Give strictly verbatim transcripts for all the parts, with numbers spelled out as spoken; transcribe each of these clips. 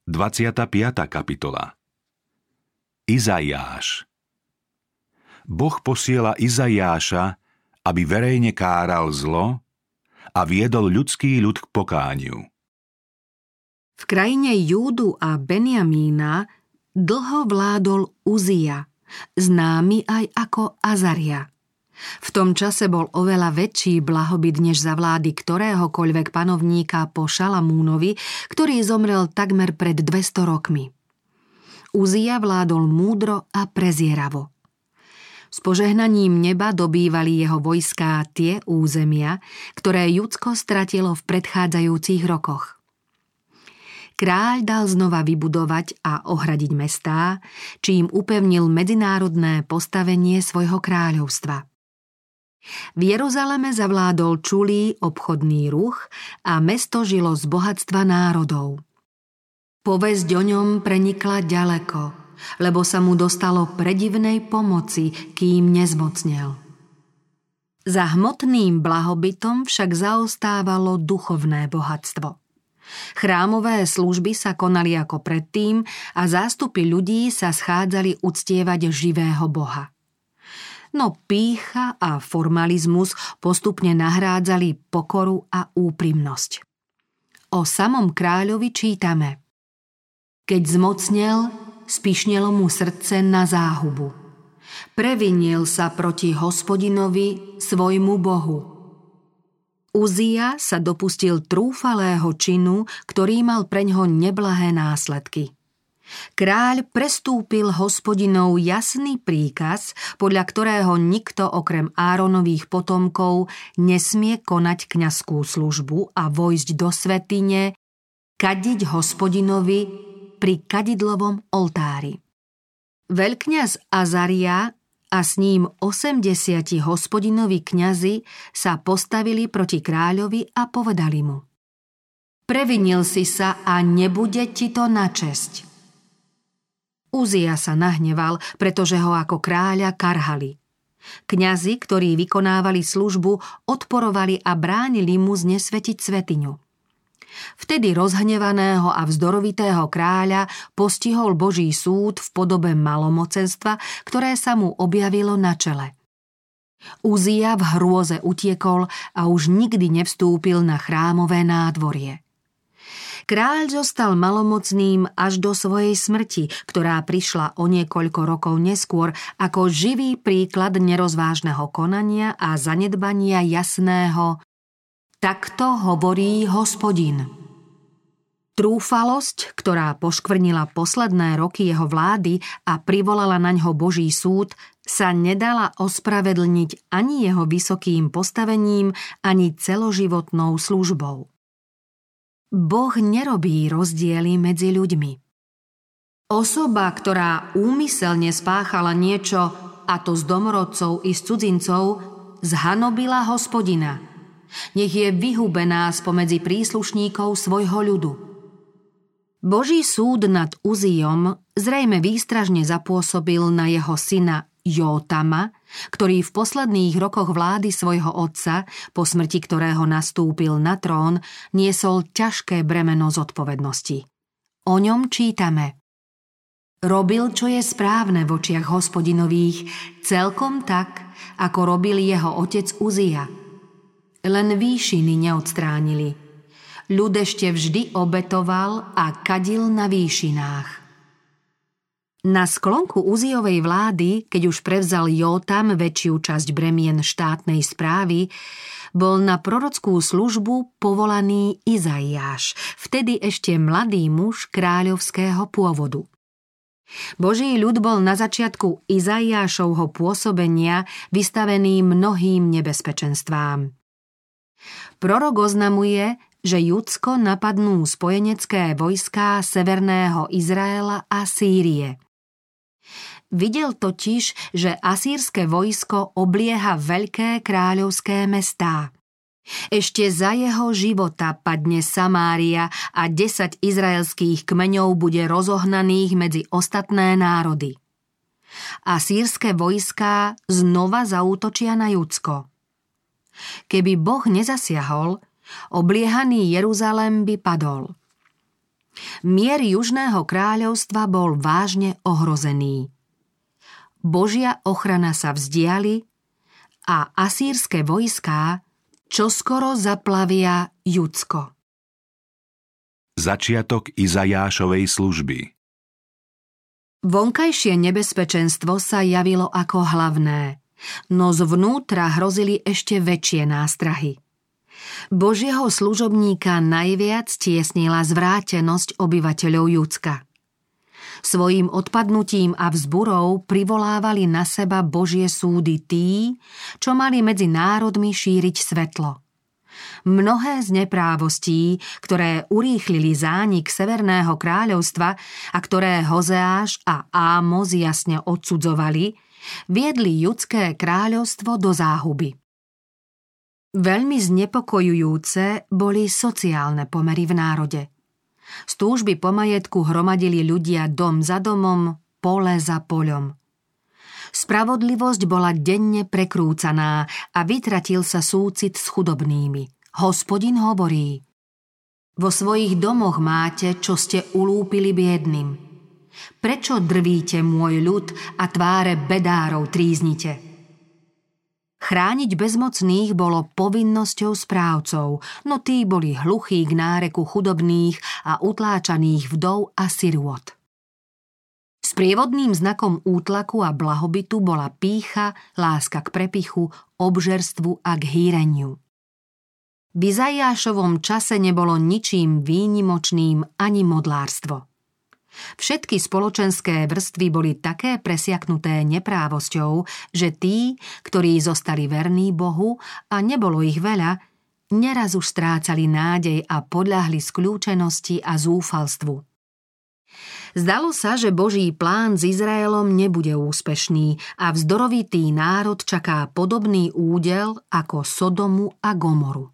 dvadsiata piata kapitola. Izaiáš. Boh posiela Izaiáša, aby verejne káral zlo a viedol ľudský ľud k pokániu. V krajine Júdu a Benjamína dlho vládol Uzia, známy aj ako Azaria. V tom čase bol oveľa väčší blahobyt než za vlády ktoréhokoľvek panovníka po Šalamúnovi, ktorý zomrel takmer pred dvesto rokmi. Uzia vládol múdro a prezieravo. S požehnaním neba dobývali jeho vojská tie územia, ktoré Judsko stratilo v predchádzajúcich rokoch. Kráľ dal znova vybudovať a ohradiť mestá, čím upevnil medzinárodné postavenie svojho kráľovstva. V Jeruzaleme zavládol čulý obchodný ruch a mesto žilo z bohatstva národov. Povesť o ňom prenikla ďaleko, lebo sa mu dostalo predivnej pomoci, kým nezmocnel. Za hmotným blahobytom však zaostávalo duchovné bohatstvo. Chrámové služby sa konali ako predtým a zástupy ľudí sa schádzali uctievať živého Boha. No pýcha a formalizmus postupne nahrádzali pokoru a úprimnosť. O samom kráľovi čítame: Keď zmocnel, spíšnelo mu srdce na záhubu. Previnil sa proti Hospodinovi, svojmu Bohu. Uzia sa dopustil trúfalého činu, ktorý mal preňho neblahé následky. Kráľ prestúpil Hospodinov jasný príkaz, podľa ktorého nikto okrem Áronových potomkov nesmie konať kňazskú službu a vojsť do svätyne, kadiť Hospodinovi pri kadidlovom oltári. Veľkňaz Azaria a s ním osemdesiati Hospodinovi kňazi sa postavili proti kráľovi a povedali mu: Previnil si sa a nebude ti to na česť. Uzia sa nahneval, pretože ho ako kráľa karhali. Kňazi, ktorí vykonávali službu, odporovali a bránili mu znesvetiť svätyňu. Vtedy rozhnevaného a vzdorovitého kráľa postihol Boží súd v podobe malomocenstva, ktoré sa mu objavilo na čele. Uzia v hrôze utiekol a už nikdy nevstúpil na chrámové nádvorie. Kráľ zostal malomocným až do svojej smrti, ktorá prišla o niekoľko rokov neskôr ako živý príklad nerozvážneho konania a zanedbania jasného: Takto hovorí Hospodin. Trúfalosť, ktorá poškvrnila posledné roky jeho vlády a privolala naňho Boží súd, sa nedala ospravedlniť ani jeho vysokým postavením, ani celoživotnou službou. Boh nerobí rozdiely medzi ľuďmi. Osoba, ktorá úmyselne spáchala niečo, a to z domorodcov i z cudzincov, zhanobila Hospodina. Nech je vyhubená spomedzi príslušníkov svojho ľudu. Boží súd nad Uzijom zrejme výstražne zapôsobil na jeho syna Jótama, ktorý v posledných rokoch vlády svojho otca, po smrti ktorého nastúpil na trón, niesol ťažké bremeno zodpovednosti. O ňom čítame: Robil, čo je správne v očiach Hospodinových, celkom tak, ako robil jeho otec Uzia. Len výšiny neodstránili. Ľud ešte vždy obetoval a kadil na výšinách. Na sklonku Uzijovej vlády, keď už prevzal Jótam väčšiu časť bremien štátnej správy, bol na prorockú službu povolaný Izaiáš, vtedy ešte mladý muž kráľovského pôvodu. Boží ľud bol na začiatku Izaiášovho pôsobenia vystavený mnohým nebezpečenstvám. Prorok oznamuje, že Judsko napadnú spojenecké vojská severného Izraela a Sýrie. Videl totiž, že asýrske vojsko oblieha veľké kráľovské mestá. Ešte za jeho života padne Samária a desať izraelských kmeňov bude rozohnaných medzi ostatné národy. Asýrske vojská znova zaútočia na Judsko. Keby Boh nezasiahol, obliehaný Jeruzalém by padol. Mier Južného kráľovstva bol vážne ohrozený. Božia ochrana sa vzdiali a asýrske vojská čoskoro zaplavia Judsko. Začiatok Izajášovej služby. Vonkajšie nebezpečenstvo sa javilo ako hlavné, no zvnútra hrozili ešte väčšie nástrahy. Božieho služobníka najviac tiesnila zvrátenosť obyvateľov Judska. Svojím odpadnutím a vzburou privolávali na seba Božie súdy tí, čo mali medzi národmi šíriť svetlo. Mnohé z neprávostí, ktoré urýchlili zánik Severného kráľovstva a ktoré Hozeáš a Ámos jasne odsudzovali, viedli Judské kráľovstvo do záhuby. Veľmi znepokojujúce boli sociálne pomery v národe. Z túžby po majetku hromadili ľudia dom za domom, pole za poľom. Spravodlivosť bola denne prekrúcaná a vytratil sa súcit s chudobnými. Hospodin hovorí: vo svojich domoch máte, čo ste ulúpili biednym. Prečo drvíte môj ľud a tváre bedárov tríznite? Chrániť bezmocných bolo povinnosťou správcov, no tí boli hluchí k náreku chudobných a utláčaných vdov a sirôt. Sprievodným znakom útlaku a blahobytu bola pýcha, láska k prepichu, obžerstvu a k hýreniu. V Izajášovom čase nebolo ničím výnimočným ani modlárstvo. Všetky spoločenské vrstvy boli také presiaknuté neprávosťou, že tí, ktorí zostali verní Bohu a nebolo ich veľa, neraz už strácali nádej a podľahli skľúčenosti a zúfalstvu. Zdalo sa, že Boží plán s Izraelom nebude úspešný a vzdorovitý národ čaká podobný údel ako Sodomu a Gomoru.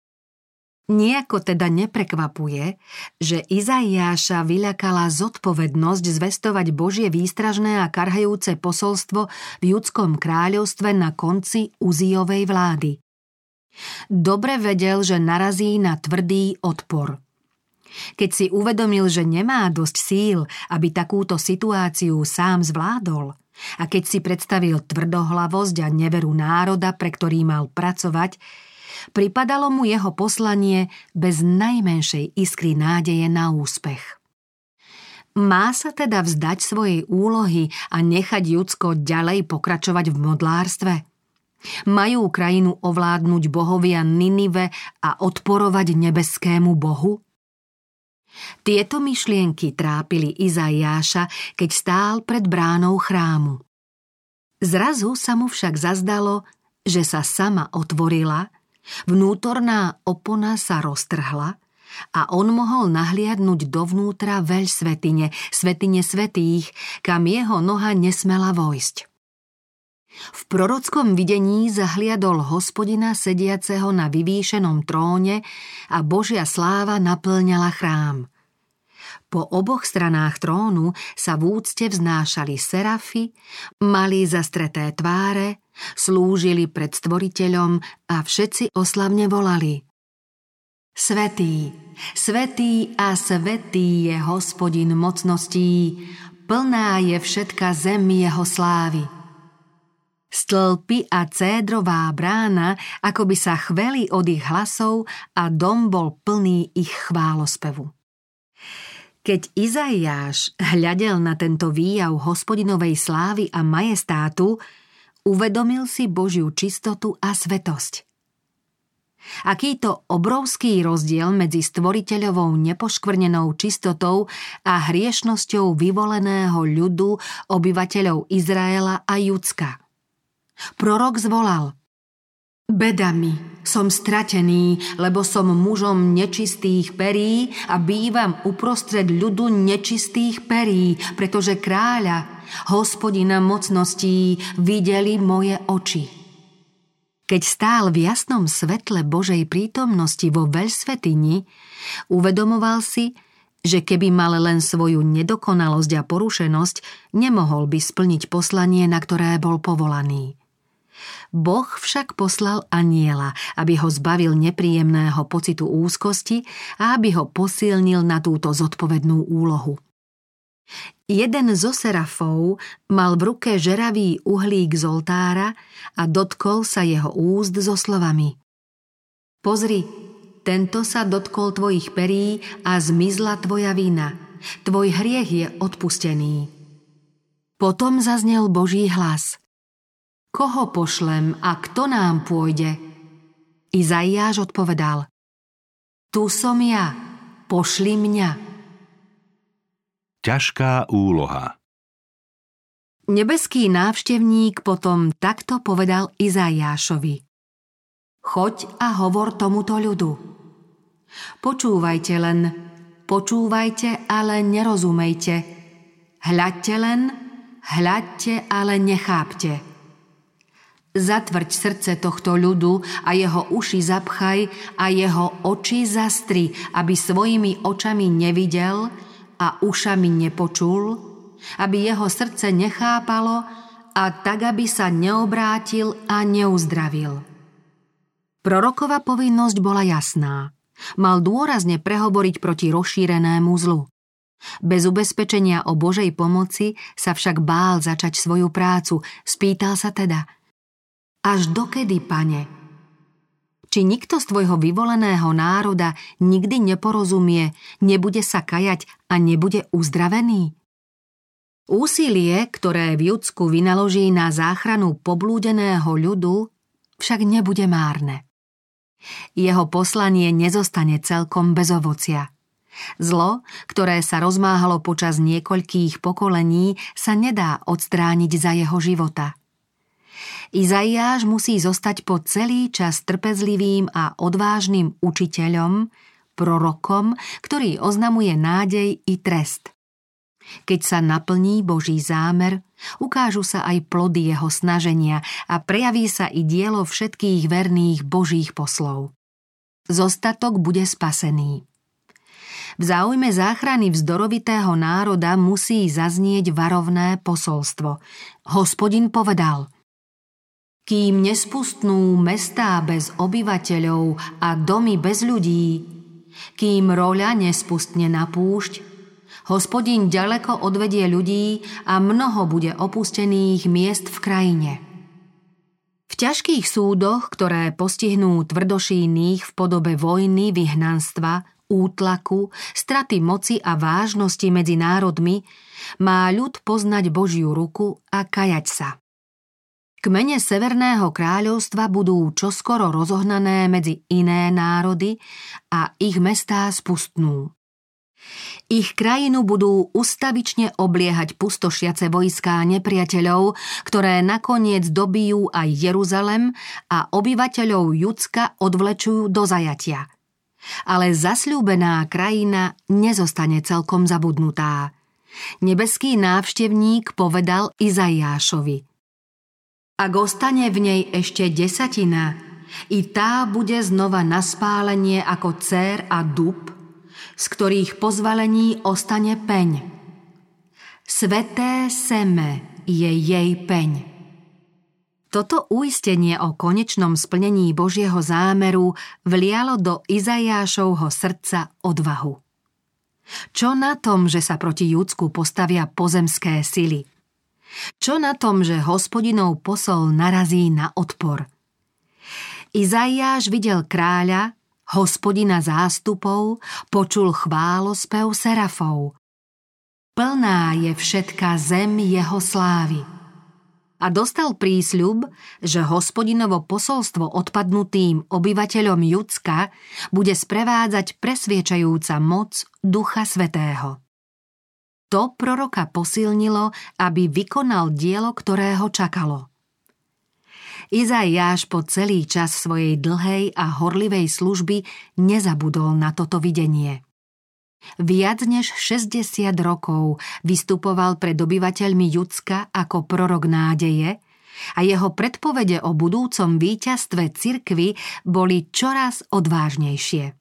Nijako teda neprekvapuje, že Izaiáša vyľakala zodpovednosť zvestovať Božie výstražné a karhajúce posolstvo v Judskom kráľovstve na konci Uzijovej vlády. Dobre vedel, že narazí na tvrdý odpor. Keď si uvedomil, že nemá dosť síl, aby takúto situáciu sám zvládol, a keď si predstavil tvrdohlavosť a neveru národa, pre ktorý mal pracovať, pripadalo mu jeho poslanie bez najmenšej iskry nádeje na úspech. Má sa teda vzdať svojej úlohy a nechať Judsko ďalej pokračovať v modlárstve? Majú krajinu ovládnuť bohovia Ninive a odporovať nebeskému Bohu? Tieto myšlienky trápili Izaiáša, keď stál pred bránou chrámu. Zrazu sa mu však zazdalo, že sa sama otvorila, vnútorná opona sa roztrhla a on mohol nahliadnuť dovnútra veľsvätyne, svätyne svätých, kam jeho noha nesmela vojsť. V prorockom videní zahliadol Hospodina sediaceho na vyvýšenom tróne a Božia sláva naplňala chrám. Po oboch stranách trónu sa v úcte vznášali serafy, mali zastreté tváre, slúžili pred Stvoriteľom a všetci oslavne volali: Svätý, svätý a svätý je Hospodin mocností, plná je všetka zem jeho slávy. Stĺpy a cédrová brána akoby sa chveli od ich hlasov a dom bol plný ich chválospevu. Keď Izaiáš hľadel na tento výjav Hospodinovej slávy a majestátu, uvedomil si Božiu čistotu a svetosť. Akýto obrovský rozdiel medzi stvoriteľovou nepoškvrnenou čistotou a hriešnosťou vyvoleného ľudu, obyvateľov Izraela a Judska. Prorok zvolal: Beda mi, som stratený, lebo som mužom nečistých perí a bývam uprostred ľudu nečistých perí, pretože kráľa, Hospodina mocností, videli moje oči. Keď stál v jasnom svetle Božej prítomnosti vo veľsvätyni, uvedomoval si, že keby mal len svoju nedokonalosť a porušenosť, nemohol by splniť poslanie, na ktoré bol povolaný. Boh však poslal anjela, aby ho zbavil nepríjemného pocitu úzkosti a aby ho posilnil na túto zodpovednú úlohu. Jeden zo serafov mal v ruke žeravý uhlík z oltára a dotkol sa jeho úst so slovami: Pozri, tento sa dotkol tvojich perí a zmizla tvoja vina. Tvoj hriech je odpustený. Potom zaznel Boží hlas: Koho pošlem a kto nám pôjde? Izaiáš odpovedal: Tu som ja, pošli mňa. Ťažká úloha. Nebeský návštevník potom takto povedal Izaiášovi: Choď a hovor tomuto ľudu. Počúvajte len, počúvajte, ale nerozumejte. Hľadte len, hľadte, ale nechápte. Zatvrď srdce tohto ľudu a jeho uši zapchaj a jeho oči zastri, aby svojimi očami nevidel a ušami nepočul, aby jeho srdce nechápalo a tak, aby sa neobrátil a neuzdravil. Prorokova povinnosť bola jasná. Mal dôrazne prehovoriť proti rozšírenému zlu. Bez ubezpečenia o Božej pomoci sa však bál začať svoju prácu. Spýtal sa teda: Až dokedy, Pane? Či nikto z tvojho vyvoleného národa nikdy neporozumie, nebude sa kajať a nebude uzdravený? Úsilie, ktoré v Judsku vynaloží na záchranu poblúdeného ľudu, však nebude márne. Jeho poslanie nezostane celkom bez ovocia. Zlo, ktoré sa rozmáhalo počas niekoľkých pokolení, sa nedá odstrániť za jeho života. Izaiáš musí zostať po celý čas trpezlivým a odvážnym učiteľom, prorokom, ktorý oznamuje nádej i trest. Keď sa naplní Boží zámer, ukážu sa aj plody jeho snaženia a prejaví sa i dielo všetkých verných Božích poslov. Zostatok bude spasený. V záujme záchrany vzdorovitého národa musí zaznieť varovné posolstvo. Hospodin povedal: Kým nespustnú mestá bez obyvateľov a domy bez ľudí, kým roľa nespustne na púšť, Hospodin ďaleko odvedie ľudí a mnoho bude opustených miest v krajine. V ťažkých súdoch, ktoré postihnú tvrdošínych v podobe vojny, vyhnanstva, útlaku, straty moci a vážnosti medzi národmi, má ľud poznať Božiu ruku a kajať sa. Kmene Severného kráľovstva budú čoskoro rozohnané medzi iné národy a ich mestá spustnú. Ich krajinu budú ustavične obliehať pustošiace vojská nepriateľov, ktoré nakoniec dobijú aj Jeruzalem a obyvateľov Judska odvlečujú do zajatia. Ale zasľúbená krajina nezostane celkom zabudnutá. Nebeský návštevník povedal Izaiášovi: Ak ostane v nej ešte desatina, i tá bude znova na spálenie ako cér a dub, z ktorých pozvalení ostane peň. Sveté seme je jej peň. Toto uistenie o konečnom splnení Božieho zámeru vlialo do Izaiášovho srdca odvahu. Čo na tom, že sa proti Judsku postavia pozemské sily? Čo na tom, že Hospodinov posol narazí na odpor? Izaiáš videl kráľa, Hospodina zástupov, počul chválospev serafov. Plná je všetka zem jeho slávy. A dostal prísľub, že Hospodinovo posolstvo odpadnutým obyvateľom Judska bude sprevádzať presviečajúca moc Ducha Svätého. To proroka posilnilo, aby vykonal dielo, ktoré ho čakalo. Izaiáš po celý čas svojej dlhej a horlivej služby nezabudol na toto videnie. Viac než šesťdesiat rokov vystupoval pred obyvateľmi Judska ako prorok nádeje a jeho predpovede o budúcom víťazstve cirkvi boli čoraz odvážnejšie.